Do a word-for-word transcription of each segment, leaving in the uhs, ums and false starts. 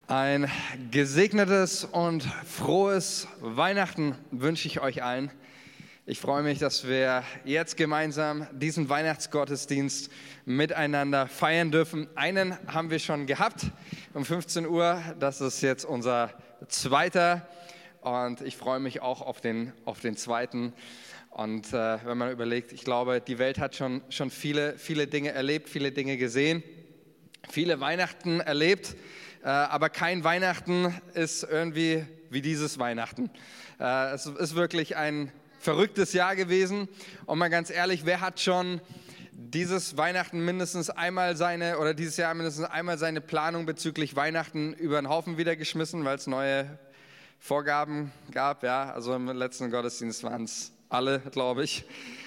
Ein gesegnetes und frohes Weihnachten wünsche ich euch allen. Ich freue mich, dass wir jetzt gemeinsam diesen Weihnachtsgottesdienst miteinander feiern dürfen. Einen haben wir schon gehabt um fünfzehn Uhr. Das ist jetzt unser zweiter und ich freue mich auch auf den, auf den zweiten. Und äh, wenn man überlegt, ich glaube, die Welt hat schon, schon viele, viele Dinge erlebt, viele Dinge gesehen, viele Weihnachten erlebt. Aber kein Weihnachten ist irgendwie wie dieses Weihnachten. Es ist wirklich ein verrücktes Jahr gewesen. Und mal ganz ehrlich, wer hat schon dieses Weihnachten mindestens einmal seine, oder dieses Jahr mindestens einmal seine Planung bezüglich Weihnachten über den Haufen wieder geschmissen, weil es neue Vorgaben gab? Ja, also im letzten Gottesdienst waren es alle, glaube ich.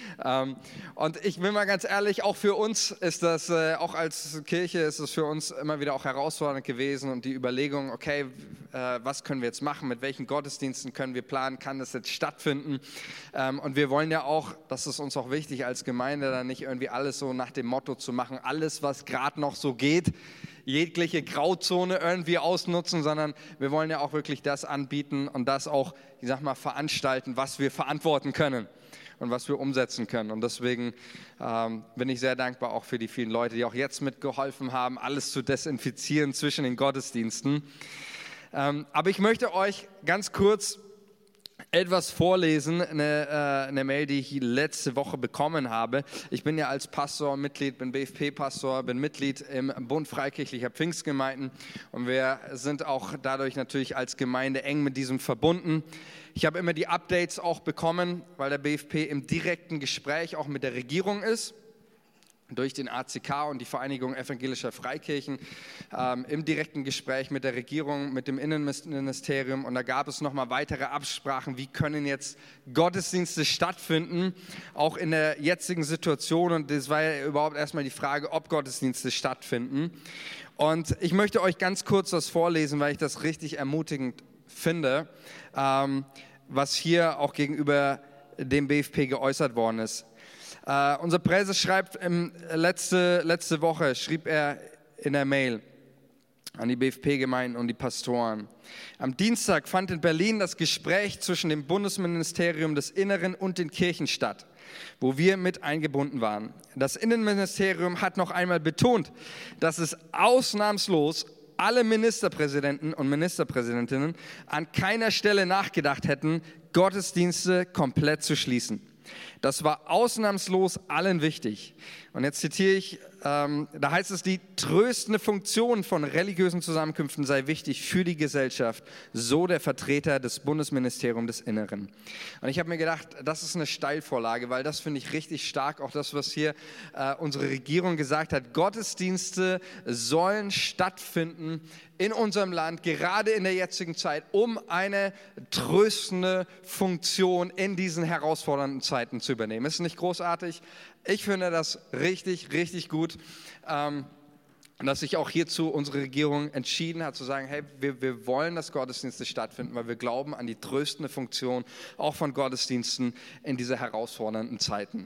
Und ich bin mal ganz ehrlich, auch für uns ist das, auch als Kirche ist es für uns immer wieder auch herausfordernd gewesen und die Überlegung, okay, was können wir jetzt machen, mit welchen Gottesdiensten können wir planen, kann das jetzt stattfinden? Und wir wollen ja auch, das ist uns auch wichtig als Gemeinde, dann nicht irgendwie alles so nach dem Motto zu machen, alles was gerade noch so geht, jegliche Grauzone irgendwie ausnutzen, sondern wir wollen ja auch wirklich das anbieten und das auch, ich sag mal, veranstalten, was wir verantworten können und was wir umsetzen können. Und deswegen ähm, bin ich sehr dankbar auch für die vielen Leute, die auch jetzt mitgeholfen haben, alles zu desinfizieren zwischen den Gottesdiensten. Ähm, aber ich möchte euch ganz kurz etwas vorlesen, eine, äh, eine Mail, die ich letzte Woche bekommen habe. Ich bin ja als Pastor Mitglied, bin B F P-Pastor, bin Mitglied im Bund Freikirchlicher Pfingstgemeinden und wir sind auch dadurch natürlich als Gemeinde eng mit diesem verbunden. Ich habe immer die Updates auch bekommen, weil der B F P im direkten Gespräch auch mit der Regierung ist, durch den A C K und die Vereinigung Evangelischer Freikirchen, ähm, im direkten Gespräch mit der Regierung, mit dem Innenministerium. Und da gab es nochmal weitere Absprachen, wie können jetzt Gottesdienste stattfinden, auch in der jetzigen Situation. Und das war ja überhaupt erstmal die Frage, ob Gottesdienste stattfinden. Und ich möchte euch ganz kurz was vorlesen, weil ich das richtig ermutigend finde, ähm, was hier auch gegenüber dem B F P geäußert worden ist. Uh, unser Präses schreibt, ähm, letzte, letzte Woche schrieb er in der Mail an die B F P-Gemeinden und die Pastoren. Am Dienstag fand in Berlin das Gespräch zwischen dem Bundesministerium des Inneren und den Kirchen statt, wo wir mit eingebunden waren. Das Innenministerium hat noch einmal betont, dass es ausnahmslos alle Ministerpräsidenten und Ministerpräsidentinnen an keiner Stelle nachgedacht hätten, Gottesdienste komplett zu schließen. Das war ausnahmslos allen wichtig. Und jetzt zitiere ich, ähm, da heißt es, die tröstende Funktion von religiösen Zusammenkünften sei wichtig für die Gesellschaft, so der Vertreter des Bundesministeriums des Inneren. Und ich habe mir gedacht, das ist eine Steilvorlage, weil das finde ich richtig stark, auch das, was hier äh, unsere Regierung gesagt hat. Gottesdienste sollen stattfinden in unserem Land, gerade in der jetzigen Zeit, um eine tröstende Funktion in diesen herausfordernden Zeiten zu übernehmen. Ist nicht großartig? Ich finde das richtig, richtig gut, ähm, dass sich auch hierzu unsere Regierung entschieden hat, zu sagen, hey, wir, wir wollen, dass Gottesdienste stattfinden, weil wir glauben an die tröstende Funktion auch von Gottesdiensten in diese herausfordernden Zeiten.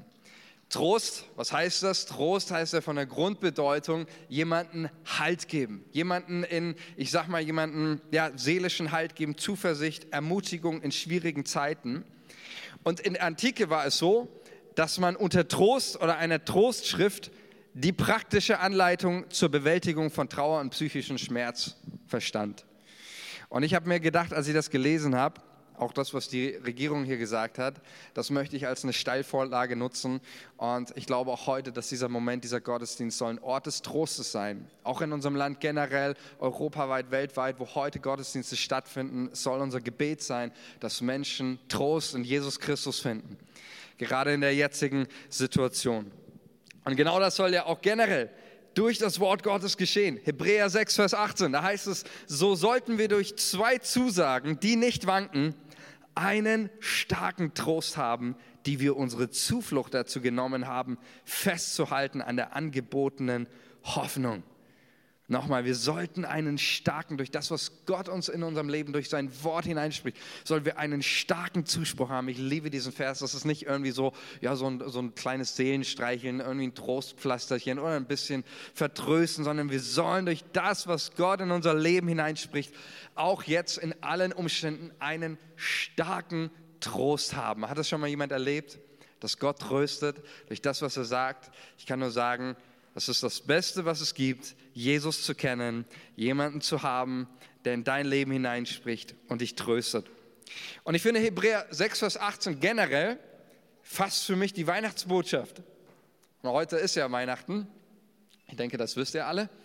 Trost, was heißt das? Trost heißt ja von der Grundbedeutung, jemanden Halt geben, jemanden in, ich sag mal, jemanden ja, seelischen Halt geben, Zuversicht, Ermutigung in schwierigen Zeiten. Und in der Antike war es so, dass man unter Trost oder einer Trostschrift die praktische Anleitung zur Bewältigung von Trauer und psychischem Schmerz verstand. Und ich habe mir gedacht, als ich das gelesen habe, auch das, was die Regierung hier gesagt hat, das möchte ich als eine Steilvorlage nutzen. Und ich glaube auch heute, dass dieser Moment, dieser Gottesdienst soll ein Ort des Trostes sein. Auch in unserem Land generell, europaweit, weltweit, wo heute Gottesdienste stattfinden, soll unser Gebet sein, dass Menschen Trost in Jesus Christus finden. Gerade in der jetzigen Situation. Und genau das soll ja auch generell durch das Wort Gottes geschehen. Hebräer sechs, Vers achtzehn, da heißt es, so sollten wir durch zwei Zusagen, die nicht wanken, einen starken Trost haben, die wir unsere Zuflucht dazu genommen haben, festzuhalten an der angebotenen Hoffnung. Nochmal, wir sollten einen starken, durch das, was Gott uns in unserem Leben, durch sein Wort hineinspricht, sollen wir einen starken Zuspruch haben. Ich liebe diesen Vers, das ist nicht irgendwie so, ja, so ein, so ein kleines Seelenstreicheln, irgendwie ein Trostpflasterchen oder ein bisschen vertrösten, sondern wir sollen durch das, was Gott in unser Leben hineinspricht, auch jetzt in allen Umständen einen starken Trost haben. Hat das schon mal jemand erlebt, dass Gott tröstet durch das, was er sagt? Ich kann nur sagen, das ist das Beste, was es gibt, Jesus zu kennen, jemanden zu haben, der in dein Leben hineinspricht und dich tröstet. Und ich finde Hebräer sechs, Vers achtzehn generell fast für mich die Weihnachtsbotschaft. Und heute ist ja Weihnachten. Ich denke, das wisst ihr alle.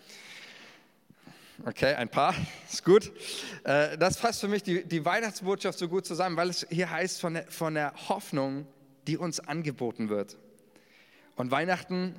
Okay, ein paar, ist gut. Das fasst für mich die, die Weihnachtsbotschaft so gut zusammen, weil es hier heißt von der, von der Hoffnung, die uns angeboten wird. Und Weihnachten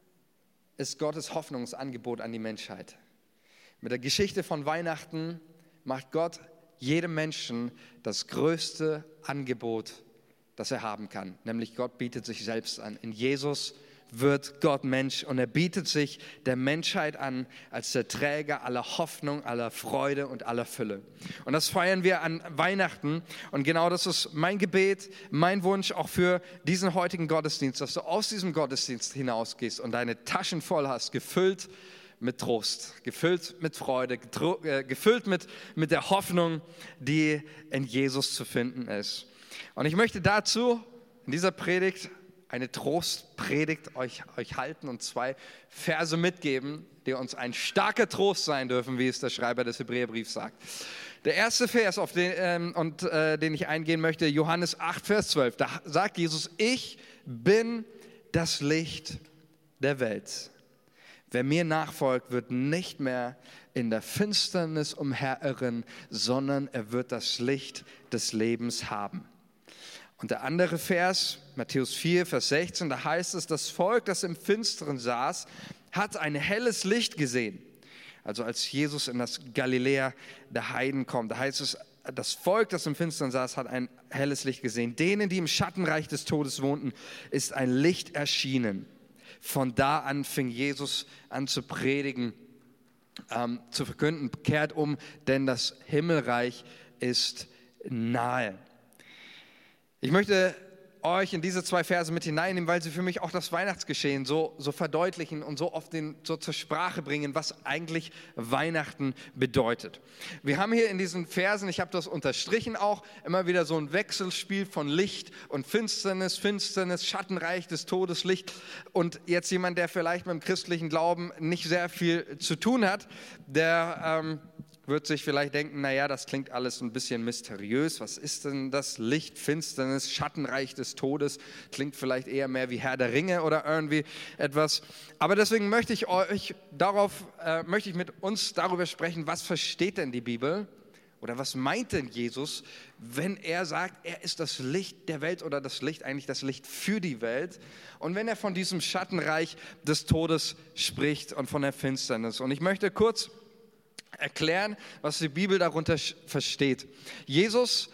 ist Gottes Hoffnungsangebot an die Menschheit. Mit der Geschichte von Weihnachten macht Gott jedem Menschen das größte Angebot, das er haben kann. Nämlich Gott bietet sich selbst an. In Jesus wird Gott Mensch und er bietet sich der Menschheit an als der Träger aller Hoffnung, aller Freude und aller Fülle. Und das feiern wir an Weihnachten und genau das ist mein Gebet, mein Wunsch auch für diesen heutigen Gottesdienst, dass du aus diesem Gottesdienst hinausgehst und deine Taschen voll hast, gefüllt mit Trost, gefüllt mit Freude, getro- äh, gefüllt mit, mit der Hoffnung, die in Jesus zu finden ist. Und ich möchte dazu in dieser Predigt eine Trostpredigt euch, euch halten und zwei Verse mitgeben, die uns ein starker Trost sein dürfen, wie es der Schreiber des Hebräerbriefs sagt. Der erste Vers, auf den, ähm, und, äh, den ich eingehen möchte, Johannes acht, Vers zwölf, da sagt Jesus, ich bin das Licht der Welt. Wer mir nachfolgt, wird nicht mehr in der Finsternis umherirren, sondern er wird das Licht des Lebens haben. Und der andere Vers, Matthäus vier, Vers sechzehn, da heißt es, das Volk, das im Finsteren saß, hat ein helles Licht gesehen. Also als Jesus in das Galiläa der Heiden kommt, da heißt es, das Volk, das im Finstern saß, hat ein helles Licht gesehen. Denen, die im Schattenreich des Todes wohnten, ist ein Licht erschienen. Von da an fing Jesus an zu predigen, ähm, zu verkünden, kehrt um, denn das Himmelreich ist nahe. Ich möchte euch in diese zwei Verse mit hineinnehmen, weil sie für mich auch das Weihnachtsgeschehen so, so verdeutlichen und so oft den, so zur Sprache bringen, was eigentlich Weihnachten bedeutet. Wir haben hier in diesen Versen, ich habe das unterstrichen auch, immer wieder so ein Wechselspiel von Licht und Finsternis, Finsternis, Schattenreich des Todes, Licht. Und jetzt jemand, der vielleicht mit dem christlichen Glauben nicht sehr viel zu tun hat, der ähm, wird sich vielleicht denken, naja, das klingt alles ein bisschen mysteriös. Was ist denn das Licht, Finsternis, Schattenreich des Todes? Klingt vielleicht eher mehr wie Herr der Ringe oder irgendwie etwas. Aber deswegen möchte ich euch darauf, äh, möchte ich mit uns darüber sprechen, was versteht denn die Bibel? Oder was meint denn Jesus, wenn er sagt, er ist das Licht der Welt oder das Licht, eigentlich das Licht für die Welt? Und wenn er von diesem Schattenreich des Todes spricht und von der Finsternis. Und ich möchte kurz erklären, was die Bibel darunter versteht. Jesus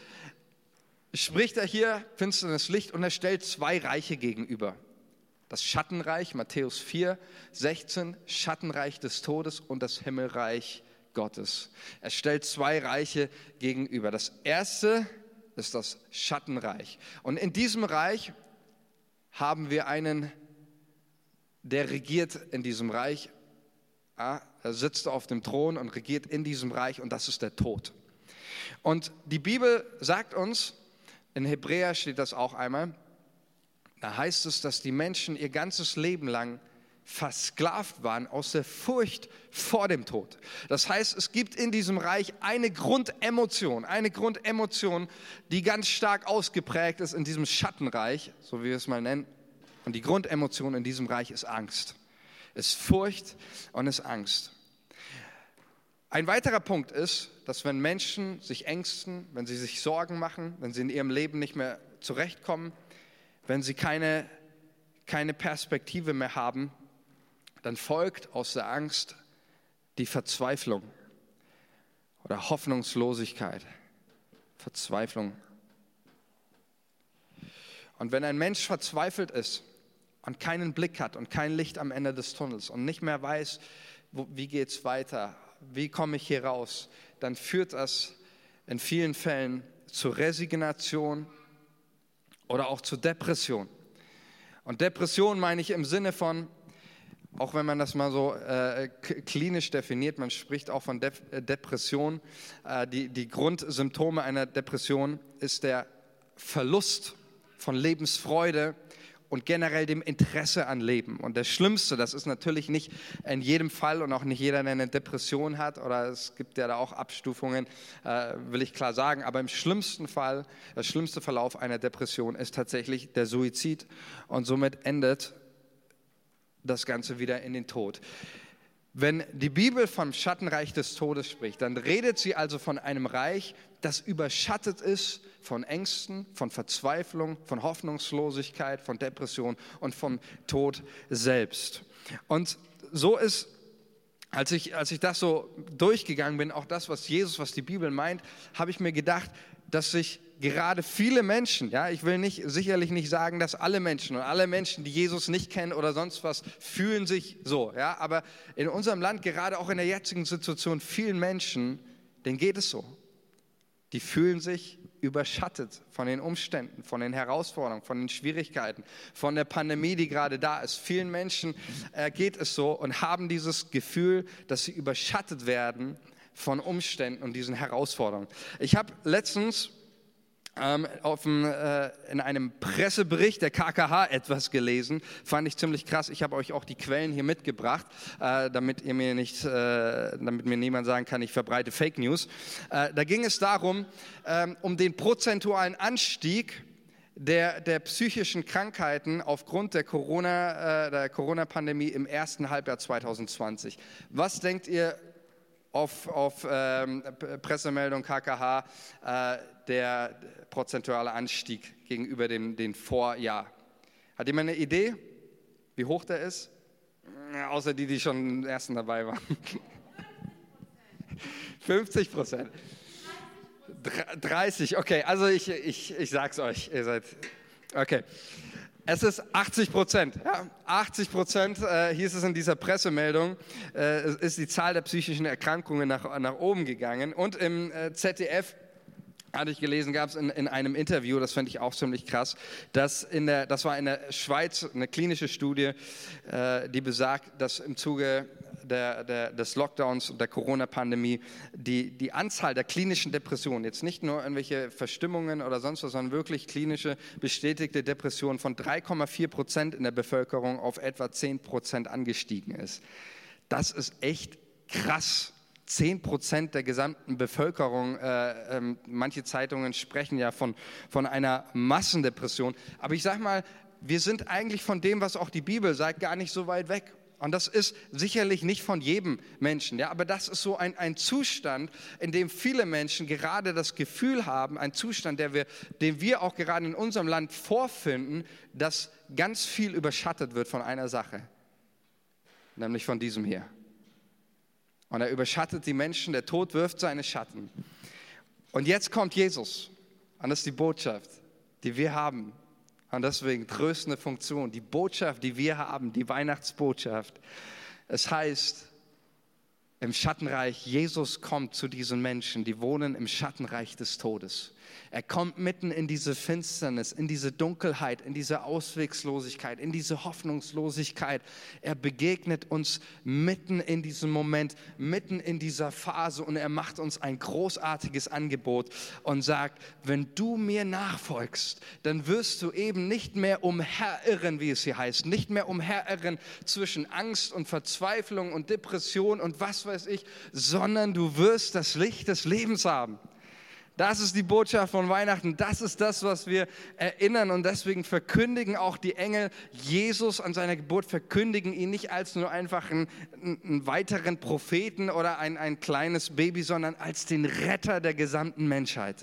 spricht er hier finsternes Licht und er stellt zwei Reiche gegenüber. Das Schattenreich, Matthäus vier, sechzehn, Schattenreich des Todes und das Himmelreich Gottes. Er stellt zwei Reiche gegenüber. Das erste ist das Schattenreich. Und in diesem Reich haben wir einen, der regiert in diesem Reich. Er sitzt auf dem Thron und regiert in diesem Reich und das ist der Tod. Und die Bibel sagt uns, in Hebräer steht das auch einmal, da heißt es, dass die Menschen ihr ganzes Leben lang versklavt waren aus der Furcht vor dem Tod. Das heißt, es gibt in diesem Reich eine Grundemotion, eine Grundemotion, die ganz stark ausgeprägt ist in diesem Schattenreich, so wie wir es mal nennen. Und die Grundemotion in diesem Reich ist Angst. Ist Furcht und ist Angst. Ein weiterer Punkt ist, dass wenn Menschen sich ängsten, wenn sie sich Sorgen machen, wenn sie in ihrem Leben nicht mehr zurechtkommen, wenn sie keine, keine Perspektive mehr haben, dann folgt aus der Angst die Verzweiflung oder Hoffnungslosigkeit, Verzweiflung. Und wenn ein Mensch verzweifelt ist, und keinen Blick hat und kein Licht am Ende des Tunnels und nicht mehr weiß, wo, wie geht es weiter, wie komme ich hier raus, dann führt das in vielen Fällen zu Resignation oder auch zu Depression. Und Depression meine ich im Sinne von, auch wenn man das mal so äh, klinisch definiert, man spricht auch von De- Depression. Äh, die, die Grundsymptome einer Depression ist der Verlust von Lebensfreude und generell dem Interesse an Leben. Und das Schlimmste, das ist natürlich nicht in jedem Fall und auch nicht jeder, der eine Depression hat, oder es gibt ja da auch Abstufungen, äh, will ich klar sagen, aber im schlimmsten Fall, der schlimmste Verlauf einer Depression ist tatsächlich der Suizid und somit endet das Ganze wieder in den Tod. Wenn die Bibel vom Schattenreich des Todes spricht, dann redet sie also von einem Reich, das überschattet ist von Ängsten, von Verzweiflung, von Hoffnungslosigkeit, von Depression und vom Tod selbst. Und so ist, als ich, als ich das so durchgegangen bin, auch das, was Jesus, was die Bibel meint, habe ich mir gedacht, dass sich gerade viele Menschen, ja, ich will nicht, sicherlich nicht sagen, dass alle Menschen und alle Menschen, die Jesus nicht kennen oder sonst was, fühlen sich so, ja, aber in unserem Land, gerade auch in der jetzigen Situation, vielen Menschen, denen geht es so. Die fühlen sich überschattet von den Umständen, von den Herausforderungen, von den Schwierigkeiten, von der Pandemie, die gerade da ist. Vielen Menschen äh, geht es so und haben dieses Gefühl, dass sie überschattet werden von Umständen und diesen Herausforderungen. Ich habe letztens ähm, auf dem, äh, in einem Pressebericht der K K H etwas gelesen, fand ich ziemlich krass. Ich habe euch auch die Quellen hier mitgebracht, äh, damit ihr mir nicht, äh, damit mir niemand sagen kann, ich verbreite Fake News. Äh, da ging es darum, ähm, um den prozentualen Anstieg Der, der psychischen Krankheiten aufgrund der Corona, äh, der Corona-Pandemie im ersten Halbjahr zwanzig zwanzig. Was denkt ihr auf, auf ähm, Pressemeldung K K H, äh, der prozentuale Anstieg gegenüber dem, dem Vorjahr? Hat jemand eine Idee, wie hoch der ist? Ja, außer die, die schon im ersten dabei waren. fünfzig Prozent. dreißig, okay, also ich, ich, ich sag's euch, ihr seid, okay. Es ist achtzig Prozent, ja, achtzig Prozent äh, hieß es in dieser Pressemeldung, äh, ist die Zahl der psychischen Erkrankungen nach, nach oben gegangen. Und im äh, Z D F, hatte ich gelesen, gab es in, in einem Interview, das fand ich auch ziemlich krass, dass in der, das war in der Schweiz eine klinische Studie, äh, die besagt, dass im Zuge der, der, des Lockdowns und der Corona-Pandemie die, die Anzahl der klinischen Depressionen, jetzt nicht nur irgendwelche Verstimmungen oder sonst was, sondern wirklich klinische bestätigte Depressionen von drei Komma vier Prozent in der Bevölkerung auf etwa zehn Prozent angestiegen ist. Das ist echt krass. zehn Prozent der gesamten Bevölkerung, äh, äh, manche Zeitungen sprechen ja von, von einer Massendepression. Aber ich sage mal, wir sind eigentlich von dem, was auch die Bibel sagt, gar nicht so weit weg. Und das ist sicherlich nicht von jedem Menschen, ja, aber das ist so ein, ein Zustand, in dem viele Menschen gerade das Gefühl haben, ein Zustand, der wir, den wir auch gerade in unserem Land vorfinden, dass ganz viel überschattet wird von einer Sache, nämlich von diesem hier. Und er überschattet die Menschen, der Tod wirft seine Schatten. Und jetzt kommt Jesus. Und das ist die Botschaft, die wir haben. Und deswegen tröstende Funktion, die Botschaft, die wir haben, die Weihnachtsbotschaft. Es heißt im Schattenreich, Jesus kommt zu diesen Menschen, die wohnen im Schattenreich des Todes. Er kommt mitten in diese Finsternis, in diese Dunkelheit, in diese Auswegslosigkeit, in diese Hoffnungslosigkeit. Er begegnet uns mitten in diesem Moment, mitten in dieser Phase und er macht uns ein großartiges Angebot und sagt, wenn du mir nachfolgst, dann wirst du eben nicht mehr umherirren, wie es hier heißt, nicht mehr umherirren zwischen Angst und Verzweiflung und Depression und was weiß ich, sondern du wirst das Licht des Lebens haben. Das ist die Botschaft von Weihnachten, das ist das, was wir erinnern und deswegen verkündigen auch die Engel Jesus an seiner Geburt, verkündigen ihn nicht als nur einfach einen, einen weiteren Propheten oder ein, ein kleines Baby, sondern als den Retter der gesamten Menschheit.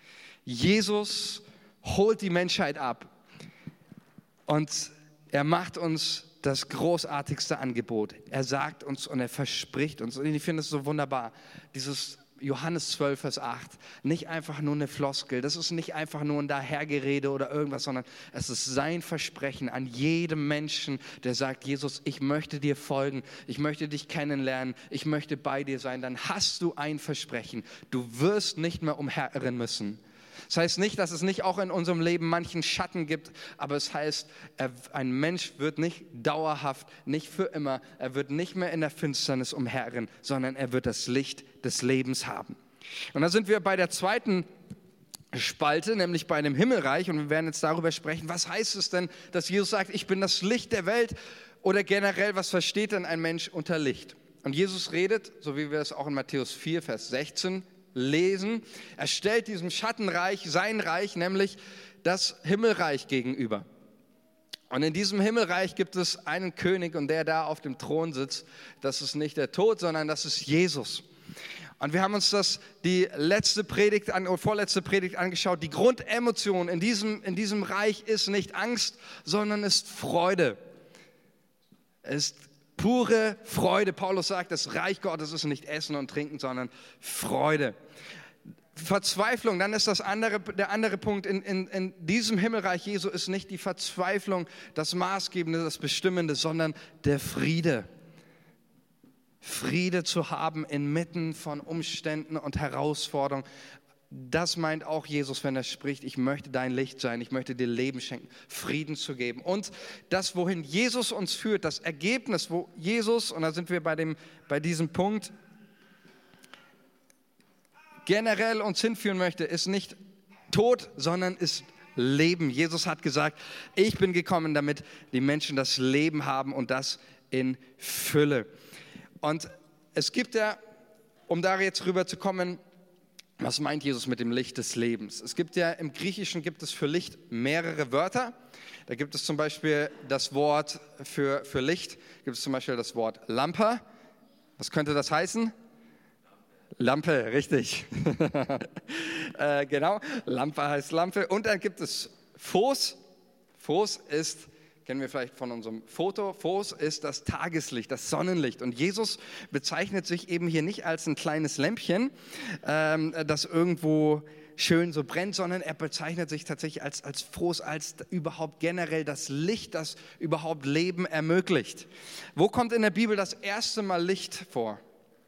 Jesus holt die Menschheit ab und er macht uns das großartigste Angebot. Er sagt uns und er verspricht uns, und ich finde es so wunderbar, dieses Johannes zwölf, Vers acht, nicht einfach nur eine Floskel, das ist nicht einfach nur ein Dahergerede oder irgendwas, sondern es ist sein Versprechen an jedem Menschen, der sagt, Jesus, ich möchte dir folgen, ich möchte dich kennenlernen, ich möchte bei dir sein, dann hast du ein Versprechen, du wirst nicht mehr umherirren müssen. Das heißt nicht, dass es nicht auch in unserem Leben manchen Schatten gibt, aber es heißt, er, ein Mensch wird nicht dauerhaft, nicht für immer, er wird nicht mehr in der Finsternis umherirren, sondern er wird das Licht des Lebens haben. Und da sind wir bei der zweiten Spalte, nämlich bei dem Himmelreich, und wir werden jetzt darüber sprechen, was heißt es denn, dass Jesus sagt, ich bin das Licht der Welt, oder generell, was versteht denn ein Mensch unter Licht? Und Jesus redet, so wie wir es auch in Matthäus vier, Vers sechzehn lesen, er stellt diesem Schattenreich, sein Reich, nämlich das Himmelreich gegenüber. Und in diesem Himmelreich gibt es einen König und der da auf dem Thron sitzt, das ist nicht der Tod, sondern das ist Jesus. Und wir haben uns das die letzte Predigt, an, oder vorletzte Predigt angeschaut. Die Grundemotion in diesem, in diesem Reich ist nicht Angst, sondern ist Freude. Es ist pure Freude. Paulus sagt, das Reich Gottes ist nicht Essen und Trinken, sondern Freude. Verzweiflung, dann ist das andere, der andere Punkt, in, in, in diesem Himmelreich Jesu ist nicht die Verzweiflung das Maßgebende, das Bestimmende, sondern der Friede. Friede zu haben inmitten von Umständen und Herausforderungen. Das meint auch Jesus, wenn er spricht, ich möchte dein Licht sein, ich möchte dir Leben schenken, Frieden zu geben. Und das, wohin Jesus uns führt, das Ergebnis, wo Jesus, und da sind wir bei, dem, bei diesem Punkt, generell uns hinführen möchte, ist nicht Tod, sondern ist Leben. Jesus hat gesagt, ich bin gekommen, damit die Menschen das Leben haben und das in Fülle. Und es gibt ja, um da jetzt rüber zu kommen, was meint Jesus mit dem Licht des Lebens? Es gibt ja, im Griechischen gibt es für Licht mehrere Wörter. Da gibt es zum Beispiel das Wort für, für Licht, gibt es zum Beispiel das Wort Lampe. Was könnte das heißen? Lampe, richtig. äh, genau, Lampe heißt Lampe. Und dann gibt es Phos. Phos ist, kennen wir vielleicht von unserem Foto, Phos ist das Tageslicht, das Sonnenlicht. Und Jesus bezeichnet sich eben hier nicht als ein kleines Lämpchen, ähm, das irgendwo schön so brennt, sondern er bezeichnet sich tatsächlich als, als Phos, als überhaupt generell das Licht, das überhaupt Leben ermöglicht. Wo kommt in der Bibel das erste Mal Licht vor?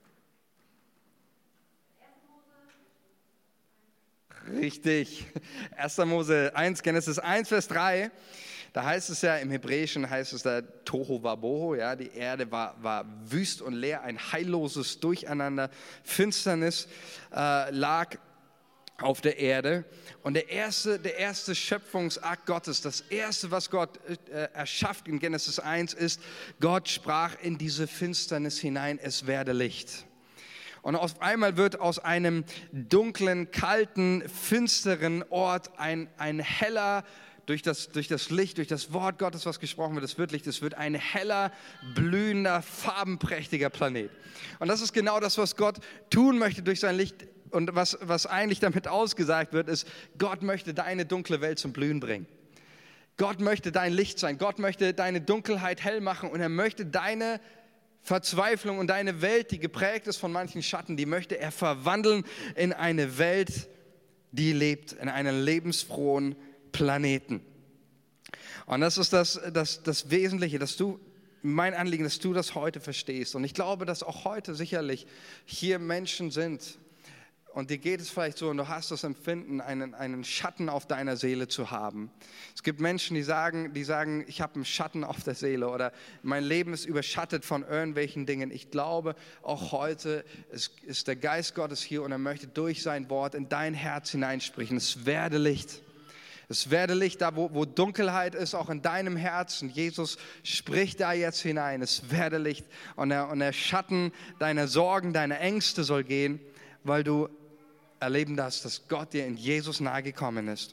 Richtig. erster Mose eins, Genesis eins, Vers drei. Da heißt es ja, im Hebräischen heißt es da Tohu Wabohu, ja, die Erde war, war wüst und leer, ein heilloses Durcheinander, Finsternis äh, lag auf der Erde. Und der erste, der erste Schöpfungsakt Gottes, das erste, was Gott äh, erschafft in Genesis eins ist, Gott sprach in diese Finsternis hinein, es werde Licht. Und auf einmal wird aus einem dunklen, kalten, finsteren Ort ein, ein heller, durch das, durch das Licht, durch das Wort Gottes, was gesprochen wird, es wird Licht, es wird ein heller, blühender, farbenprächtiger Planet. Und das ist genau das, was Gott tun möchte durch sein Licht. Und was, was eigentlich damit ausgesagt wird, ist, Gott möchte deine dunkle Welt zum Blühen bringen. Gott möchte dein Licht sein. Gott möchte deine Dunkelheit hell machen und er möchte deine Verzweiflung und deine Welt, die geprägt ist von manchen Schatten, die möchte er verwandeln in eine Welt, die lebt, in einen lebensfrohen Planeten. Und das ist das, das, das Wesentliche, dass du, mein Anliegen, dass du das heute verstehst. Und ich glaube, dass auch heute sicherlich hier Menschen sind, und dir geht es vielleicht so und du hast das Empfinden, einen, einen Schatten auf deiner Seele zu haben. Es gibt Menschen, die sagen, die sagen, ich habe einen Schatten auf der Seele oder mein Leben ist überschattet von irgendwelchen Dingen. Ich glaube, auch heute ist, ist der Geist Gottes hier und er möchte durch sein Wort in dein Herz hineinsprechen. Es werde Licht. Es werde Licht, da wo, wo Dunkelheit ist, auch in deinem Herzen. Jesus spricht da jetzt hinein. Es werde Licht und der, und der Schatten deiner Sorgen, deiner Ängste soll gehen, weil du erleben darfst, dass Gott dir in Jesus nahe gekommen ist.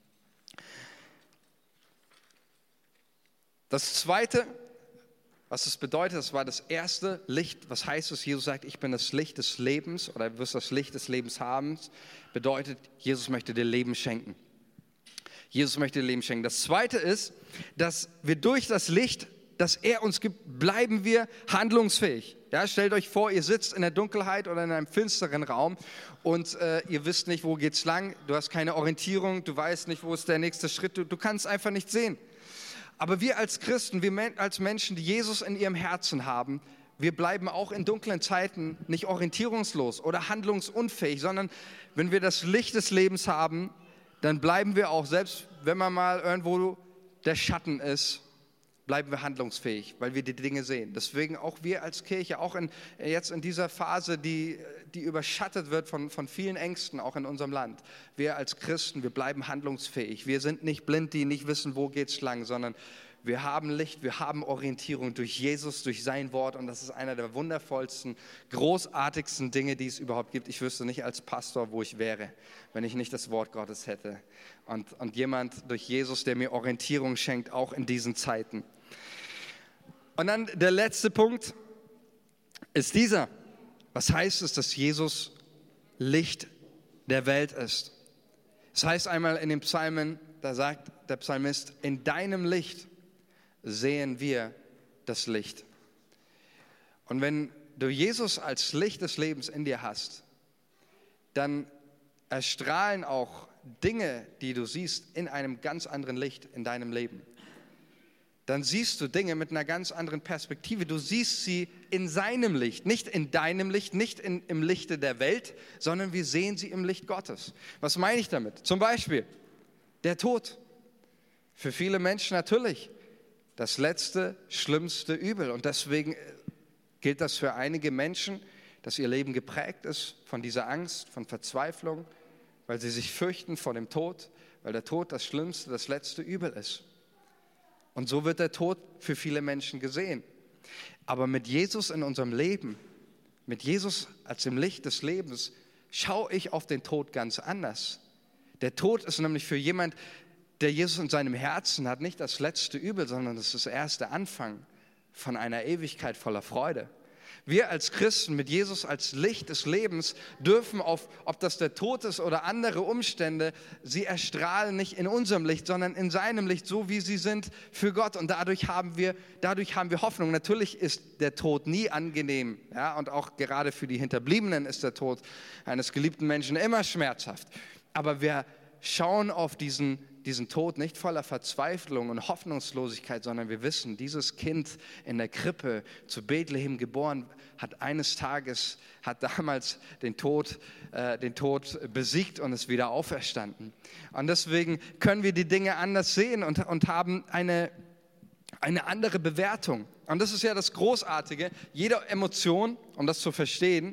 Das Zweite, was es bedeutet, das war das erste Licht. Was heißt es? Jesus sagt, ich bin das Licht des Lebens oder du wirst das Licht des Lebens haben. Bedeutet, Jesus möchte dir Leben schenken. Jesus möchte dir Leben schenken. Das Zweite ist, dass wir durch das Licht, das er uns gibt, bleiben wir handlungsfähig. Ja, stellt euch vor, ihr sitzt in der Dunkelheit oder in einem finsteren Raum und äh, ihr wisst nicht, wo geht's lang, du hast keine Orientierung, du weißt nicht, wo ist der nächste Schritt, du, du kannst einfach nicht sehen. Aber wir als Christen, wir als Menschen, die Jesus in ihrem Herzen haben, wir bleiben auch in dunklen Zeiten nicht orientierungslos oder handlungsunfähig, sondern wenn wir das Licht des Lebens haben, dann bleiben wir auch, selbst wenn man mal irgendwo der Schatten ist, bleiben wir handlungsfähig, weil wir die Dinge sehen. Deswegen auch wir als Kirche, auch in, jetzt in dieser Phase, die, die überschattet wird von, von vielen Ängsten, auch in unserem Land. Wir als Christen, wir bleiben handlungsfähig. Wir sind nicht blind, die nicht wissen, wo geht's lang, sondern wir haben Licht, wir haben Orientierung durch Jesus, durch sein Wort. Und das ist einer der wundervollsten, großartigsten Dinge, die es überhaupt gibt. Ich wüsste nicht als Pastor, wo ich wäre, wenn ich nicht das Wort Gottes hätte. Und, und jemand durch Jesus, der mir Orientierung schenkt, auch in diesen Zeiten. Und dann der letzte Punkt ist dieser. Was heißt es, dass Jesus Licht der Welt ist? Es heißt einmal in den Psalmen, da sagt der Psalmist, in deinem Licht sehen wir das Licht. Und wenn du Jesus als Licht des Lebens in dir hast, dann erstrahlen auch Dinge, die du siehst, in einem ganz anderen Licht in deinem Leben. Dann siehst du Dinge mit einer ganz anderen Perspektive. Du siehst sie in seinem Licht, nicht in deinem Licht, nicht in, im Lichte der Welt, sondern wir sehen sie im Licht Gottes. Was meine ich damit? Zum Beispiel der Tod. Für viele Menschen natürlich das letzte, schlimmste Übel. Und deswegen gilt das für einige Menschen, dass ihr Leben geprägt ist von dieser Angst, von Verzweiflung, weil sie sich fürchten vor dem Tod, weil der Tod das schlimmste, das letzte Übel ist. Und so wird der Tod für viele Menschen gesehen. Aber mit Jesus in unserem Leben, mit Jesus als dem Licht des Lebens, schaue ich auf den Tod ganz anders. Der Tod ist nämlich für jemand, der Jesus in seinem Herzen hat, nicht das letzte Übel, sondern das ist erst der Anfang von einer Ewigkeit voller Freude. Wir als Christen mit Jesus als Licht des Lebens dürfen auf, ob das der Tod ist oder andere Umstände, sie erstrahlen nicht in unserem Licht, sondern in seinem Licht, so wie sie sind für Gott. Und dadurch haben wir, dadurch haben wir Hoffnung. Natürlich ist der Tod nie angenehm, ja, und auch gerade für die Hinterbliebenen ist der Tod eines geliebten Menschen immer schmerzhaft. Aber wir schauen auf diesen diesen Tod nicht voller Verzweiflung und Hoffnungslosigkeit, sondern wir wissen, dieses Kind in der Krippe zu Bethlehem geboren, hat eines Tages, hat damals den Tod, äh, den Tod besiegt und ist wieder auferstanden. Und deswegen können wir die Dinge anders sehen und, und haben eine, eine andere Bewertung. Und das ist ja das Großartige. Jede Emotion, um das zu verstehen,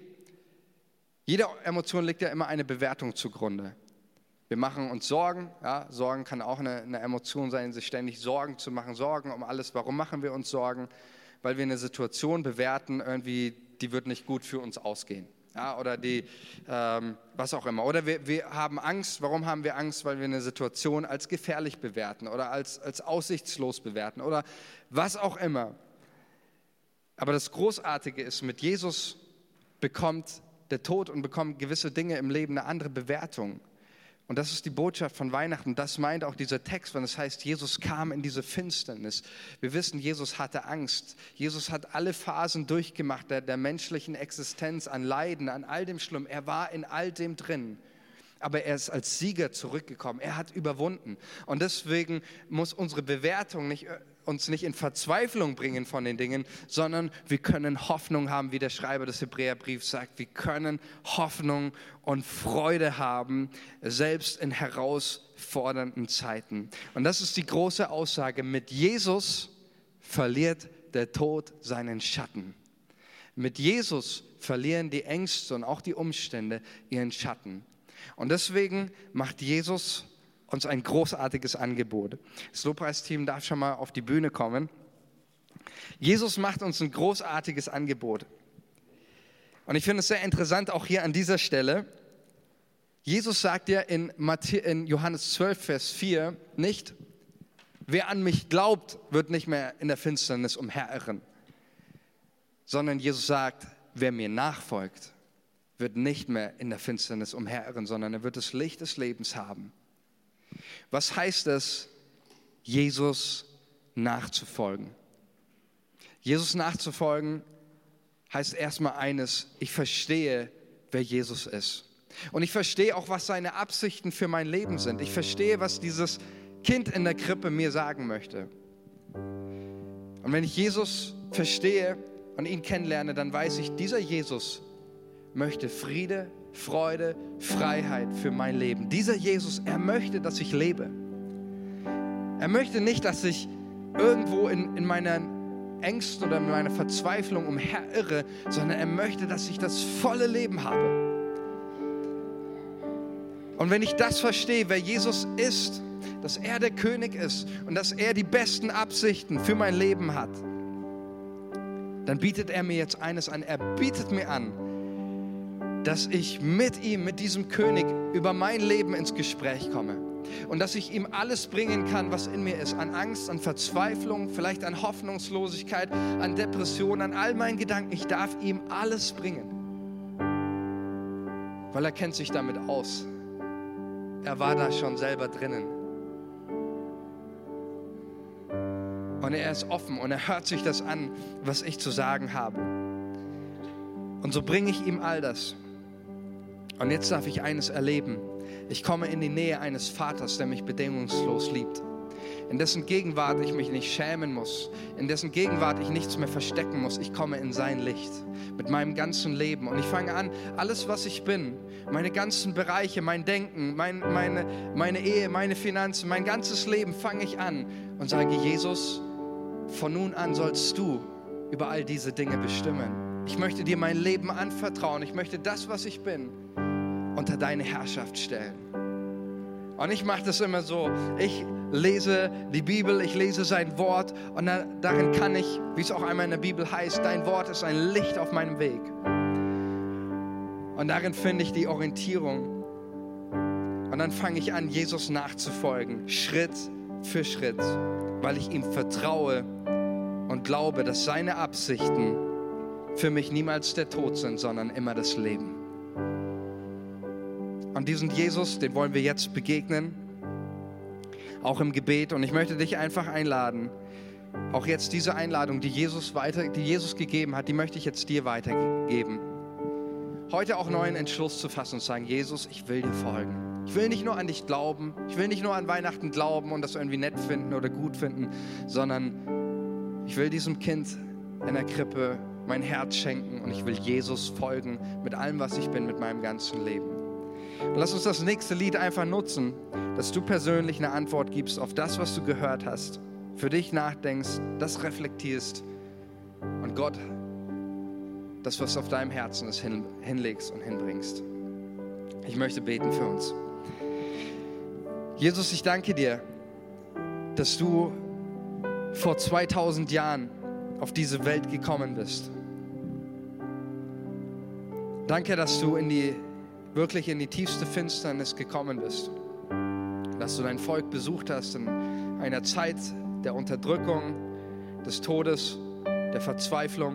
jede Emotion legt ja immer eine Bewertung zugrunde. Wir machen uns Sorgen, ja, Sorgen kann auch eine, eine Emotion sein, sich ständig Sorgen zu machen, Sorgen um alles. Warum machen wir uns Sorgen? Weil wir eine Situation bewerten, irgendwie, die wird nicht gut für uns ausgehen, ja, oder die, ähm, was auch immer. Oder wir, wir haben Angst. Warum haben wir Angst? Weil wir eine Situation als gefährlich bewerten oder als, als aussichtslos bewerten oder was auch immer. Aber das Großartige ist, mit Jesus bekommt der Tod und bekommt gewisse Dinge im Leben eine andere Bewertung. Und das ist die Botschaft von Weihnachten. Das meint auch dieser Text, wenn es heißt, Jesus kam in diese Finsternis. Wir wissen, Jesus hatte Angst. Jesus hat alle Phasen durchgemacht der, der menschlichen Existenz, an Leiden, an all dem Schlimm. Er war in all dem drin. Aber er ist als Sieger zurückgekommen. Er hat überwunden. Und deswegen muss unsere Bewertung nicht, uns nicht in Verzweiflung bringen von den Dingen, sondern wir können Hoffnung haben, wie der Schreiber des Hebräerbriefs sagt. Wir können Hoffnung und Freude haben, selbst in herausfordernden Zeiten. Und das ist die große Aussage. Mit Jesus verliert der Tod seinen Schatten. Mit Jesus verlieren die Ängste und auch die Umstände ihren Schatten. Und deswegen macht Jesus uns ein großartiges Angebot. Das Lobpreisteam darf schon mal auf die Bühne kommen. Jesus macht uns ein großartiges Angebot. Und ich finde es sehr interessant, auch hier an dieser Stelle. Jesus sagt ja in, Matth- in Johannes zwölf, Vers vier nicht, wer an mich glaubt, wird nicht mehr in der Finsternis umherirren. Sondern Jesus sagt, wer mir nachfolgt, wird nicht mehr in der Finsternis umherirren, sondern er wird das Licht des Lebens haben. Was heißt es, Jesus nachzufolgen? Jesus nachzufolgen heißt erstmal eines: Ich verstehe, wer Jesus ist. Und ich verstehe auch, was seine Absichten für mein Leben sind. Ich verstehe, was dieses Kind in der Krippe mir sagen möchte. Und wenn ich Jesus verstehe und ihn kennenlerne, dann weiß ich, dieser Jesus möchte Friede, Freude, Freiheit für mein Leben. Dieser Jesus, er möchte, dass ich lebe. Er möchte nicht, dass ich irgendwo in, in meinen Ängsten oder in meiner Verzweiflung umherirre, sondern er möchte, dass ich das volle Leben habe. Und wenn ich das verstehe, wer Jesus ist, dass er der König ist und dass er die besten Absichten für mein Leben hat, dann bietet er mir jetzt eines an. Er bietet mir an, dass ich mit ihm, mit diesem König über mein Leben ins Gespräch komme. Und dass ich ihm alles bringen kann, was in mir ist. An Angst, an Verzweiflung, vielleicht an Hoffnungslosigkeit, an Depression, an all meinen Gedanken. Ich darf ihm alles bringen. Weil er kennt sich damit aus. Er war da schon selber drinnen. Und er ist offen und er hört sich das an, was ich zu sagen habe. Und so bringe ich ihm all das. Und jetzt darf ich eines erleben. Ich komme in die Nähe eines Vaters, der mich bedingungslos liebt. In dessen Gegenwart ich mich nicht schämen muss. In dessen Gegenwart ich nichts mehr verstecken muss. Ich komme in sein Licht mit meinem ganzen Leben. Und ich fange an, alles, was ich bin, meine ganzen Bereiche, mein Denken, mein, meine, meine Ehe, meine Finanzen, mein ganzes Leben, fange ich an und sage: Jesus, von nun an sollst du über all diese Dinge bestimmen. Ich möchte dir mein Leben anvertrauen. Ich möchte das, was ich bin, unter deine Herrschaft stellen. Und ich mache das immer so. Ich lese die Bibel, ich lese sein Wort und da, darin kann ich, wie es auch einmal in der Bibel heißt, dein Wort ist ein Licht auf meinem Weg. Und darin finde ich die Orientierung. Und dann fange ich an, Jesus nachzufolgen, Schritt für Schritt, weil ich ihm vertraue und glaube, dass seine Absichten für mich niemals der Tod sind, sondern immer das Leben. Und diesen Jesus, den wollen wir jetzt begegnen, auch im Gebet. Und ich möchte dich einfach einladen, auch jetzt diese Einladung, die Jesus, weiter, die Jesus gegeben hat, die möchte ich jetzt dir weitergeben. Heute auch neuen Entschluss zu fassen und zu sagen: Jesus, ich will dir folgen. Ich will nicht nur an dich glauben, ich will nicht nur an Weihnachten glauben und das irgendwie nett finden oder gut finden, sondern ich will diesem Kind in der Krippe mein Herz schenken und ich will Jesus folgen mit allem, was ich bin, mit meinem ganzen Leben. Und lass uns das nächste Lied einfach nutzen, dass du persönlich eine Antwort gibst auf das, was du gehört hast, für dich nachdenkst, das reflektierst und Gott das, was auf deinem Herzen ist, hin, hinlegst und hinbringst. Ich möchte beten für uns. Jesus, ich danke dir, dass du vor zweitausend Jahren auf diese Welt gekommen bist. Danke, dass du in die, wirklich in die tiefste Finsternis gekommen bist. Dass du dein Volk besucht hast in einer Zeit der Unterdrückung, des Todes, der Verzweiflung.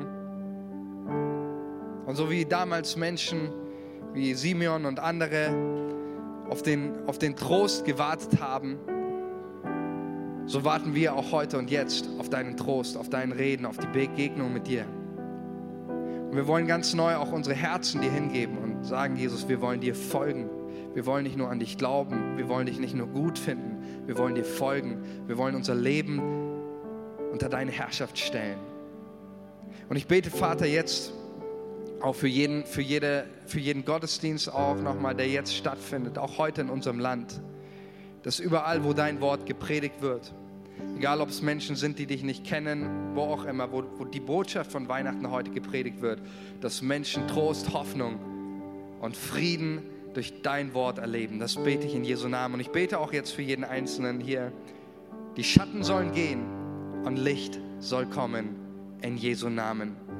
Und so wie damals Menschen wie Simeon und andere auf den, auf den Trost gewartet haben, so warten wir auch heute und jetzt auf deinen Trost, auf dein Reden, auf die Begegnung mit dir. Und wir wollen ganz neu auch unsere Herzen dir hingeben und sagen: Jesus, wir wollen dir folgen. Wir wollen nicht nur an dich glauben, wir wollen dich nicht nur gut finden, wir wollen dir folgen. Wir wollen unser Leben unter deine Herrschaft stellen. Und ich bete, Vater, jetzt auch für jeden, für jede, für jeden Gottesdienst auch nochmal, der jetzt stattfindet, auch heute in unserem Land, dass überall, wo dein Wort gepredigt wird, egal ob es Menschen sind, die dich nicht kennen, wo auch immer, wo, wo die Botschaft von Weihnachten heute gepredigt wird, dass Menschen Trost, Hoffnung und Frieden durch dein Wort erleben. Das bete ich in Jesu Namen. Und ich bete auch jetzt für jeden Einzelnen hier, die Schatten sollen gehen und Licht soll kommen in Jesu Namen.